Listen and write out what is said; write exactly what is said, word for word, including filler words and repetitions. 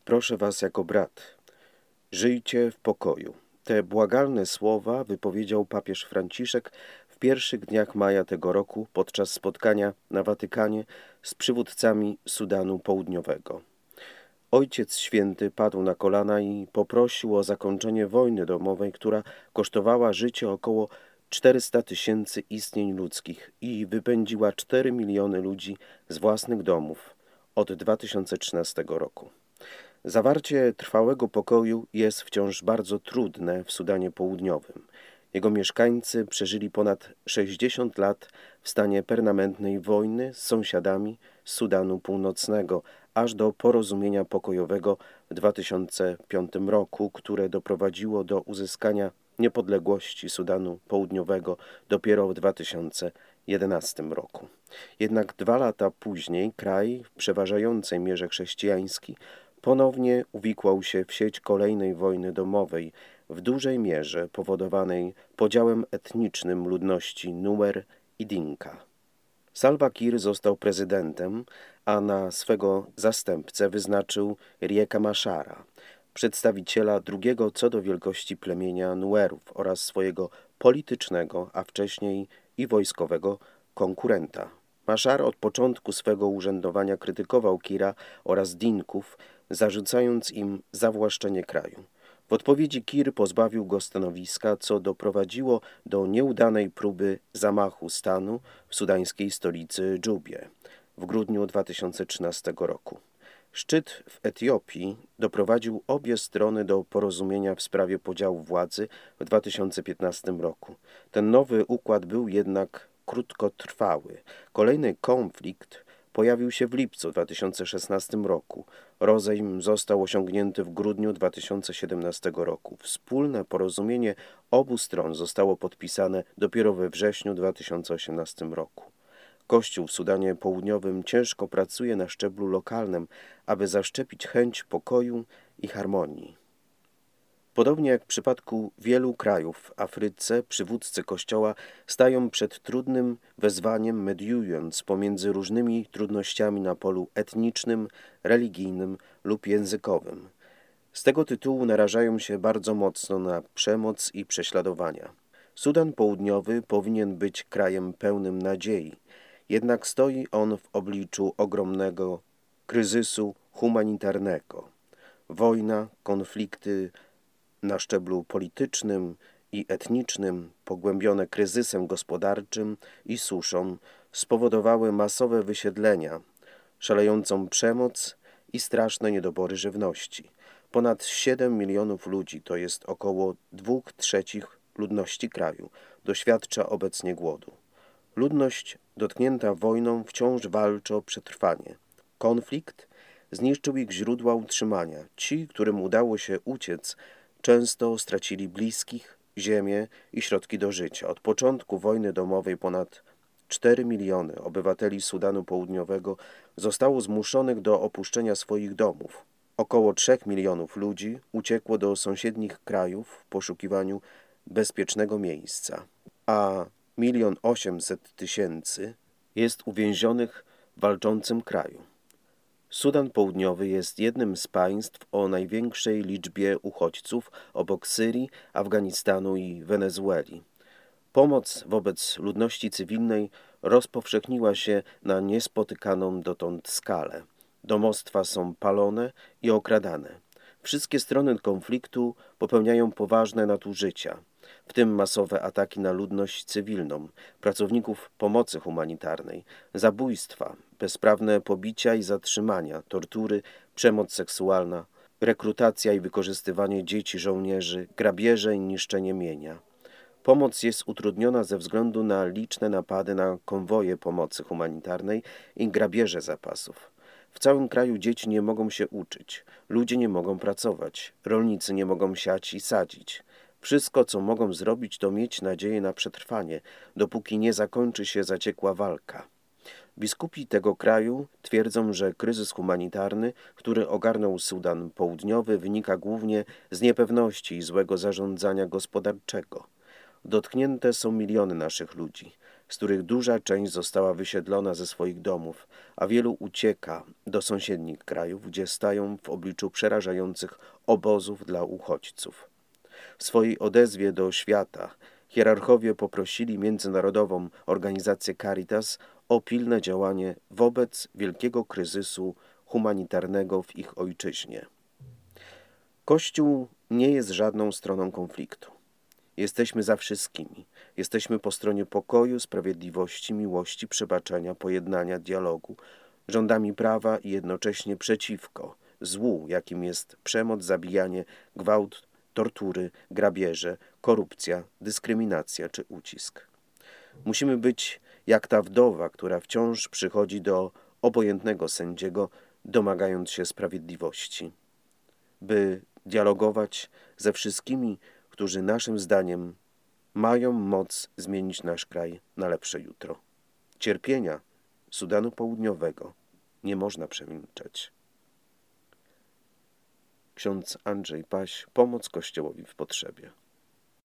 Proszę was jako brat, żyjcie w pokoju. Te błagalne słowa wypowiedział papież Franciszek w pierwszych dniach maja tego roku podczas spotkania na Watykanie z przywódcami Sudanu Południowego. Ojciec Święty padł na kolana i poprosił o zakończenie wojny domowej, która kosztowała życie około czterysta tysięcy istnień ludzkich i wypędziła cztery miliony ludzi z własnych domów od dwa tysiące trzynastego roku. Zawarcie trwałego pokoju jest wciąż bardzo trudne w Sudanie Południowym. Jego mieszkańcy przeżyli ponad sześćdziesiąt lat w stanie permanentnej wojny z sąsiadami z Sudanu Północnego, aż do porozumienia pokojowego w dwa tysiące piątym roku, które doprowadziło do uzyskania niepodległości Sudanu Południowego dopiero w dwa tysiące jedenastym roku. Jednak dwa lata później kraj, w przeważającej mierze chrześcijański, ponownie uwikłał się w sieć kolejnej wojny domowej, w dużej mierze powodowanej podziałem etnicznym ludności Nuer i Dinka. Salva Kiir został prezydentem, a na swego zastępcę wyznaczył Rieka Machara, przedstawiciela drugiego co do wielkości plemienia Nuerów oraz swojego politycznego, a wcześniej i wojskowego konkurenta. Machar od początku swego urzędowania krytykował Kiira oraz Dinków, zarzucając im zawłaszczenie kraju. W odpowiedzi Kiir pozbawił go stanowiska, co doprowadziło do nieudanej próby zamachu stanu w sudańskiej stolicy Dżubie w grudniu dwa tysiące trzynastego roku. Szczyt w Etiopii doprowadził obie strony do porozumienia w sprawie podziału władzy w dwa tysiące piętnastym roku. Ten nowy układ był jednak krótkotrwały. Kolejny konflikt pojawił się w lipcu dwa tysiące szesnastego roku. Rozejm został osiągnięty w grudniu dwa tysiące siedemnastego roku. Wspólne porozumienie obu stron zostało podpisane dopiero we wrześniu dwa tysiące osiemnastego roku. Kościół w Sudanie Południowym ciężko pracuje na szczeblu lokalnym, aby zaszczepić chęć pokoju i harmonii. Podobnie jak w przypadku wielu krajów w Afryce, przywódcy Kościoła stają przed trudnym wezwaniem, mediując pomiędzy różnymi trudnościami na polu etnicznym, religijnym lub językowym. Z tego tytułu narażają się bardzo mocno na przemoc i prześladowania. Sudan Południowy powinien być krajem pełnym nadziei, jednak stoi on w obliczu ogromnego kryzysu humanitarnego. Wojna, konflikty na szczeblu politycznym i etnicznym, pogłębione kryzysem gospodarczym i suszą, spowodowały masowe wysiedlenia, szalejącą przemoc i straszne niedobory żywności. Ponad siedem milionów ludzi, to jest około dwóch trzecich ludności kraju, doświadcza obecnie głodu. Ludność dotknięta wojną wciąż walczy o przetrwanie. Konflikt zniszczył ich źródła utrzymania. Ci, którym udało się uciec, często stracili bliskich, ziemię i środki do życia. Od początku wojny domowej ponad cztery miliony obywateli Sudanu Południowego zostało zmuszonych do opuszczenia swoich domów. Około trzech milionów ludzi uciekło do sąsiednich krajów w poszukiwaniu bezpiecznego miejsca, a milion osiemset tysięcy jest uwięzionych w walczącym kraju. Sudan Południowy jest jednym z państw o największej liczbie uchodźców obok Syrii, Afganistanu i Wenezueli. Pomoc wobec ludności cywilnej rozpowszechniła się na niespotykaną dotąd skalę. Domostwa są palone i okradane. Wszystkie strony konfliktu popełniają poważne nadużycia, w tym masowe ataki na ludność cywilną, pracowników pomocy humanitarnej, zabójstwa, bezprawne pobicia i zatrzymania, tortury, przemoc seksualna, rekrutacja i wykorzystywanie dzieci żołnierzy, grabieże i niszczenie mienia. Pomoc jest utrudniona ze względu na liczne napady na konwoje pomocy humanitarnej i grabieże zapasów. W całym kraju dzieci nie mogą się uczyć, ludzie nie mogą pracować, rolnicy nie mogą siać i sadzić. Wszystko, co mogą zrobić, to mieć nadzieję na przetrwanie, dopóki nie zakończy się zaciekła walka. Biskupi tego kraju twierdzą, że kryzys humanitarny, który ogarnął Sudan Południowy, wynika głównie z niepewności i złego zarządzania gospodarczego. Dotknięte są miliony naszych ludzi. z których duża część została wysiedlona ze swoich domów, a wielu ucieka do sąsiednich krajów, gdzie stają w obliczu przerażających obozów dla uchodźców. W swojej odezwie do świata hierarchowie poprosili międzynarodową organizację Caritas o pilne działanie wobec wielkiego kryzysu humanitarnego w ich ojczyźnie. Kościół nie jest żadną stroną konfliktu. Jesteśmy za wszystkimi. Jesteśmy po stronie pokoju, sprawiedliwości, miłości, przebaczenia, pojednania, dialogu, rządami prawa i jednocześnie przeciwko złu, jakim jest przemoc, zabijanie, gwałt, tortury, grabieże, korupcja, dyskryminacja czy ucisk. Musimy być jak ta wdowa, która wciąż przychodzi do obojętnego sędziego, domagając się sprawiedliwości, by dialogować ze wszystkimi, którzy naszym zdaniem mają moc zmienić nasz kraj na lepsze jutro. Cierpienia Sudanu Południowego nie można przemilczeć. Ksiądz Andrzej Paś, pomoc Kościołowi w potrzebie.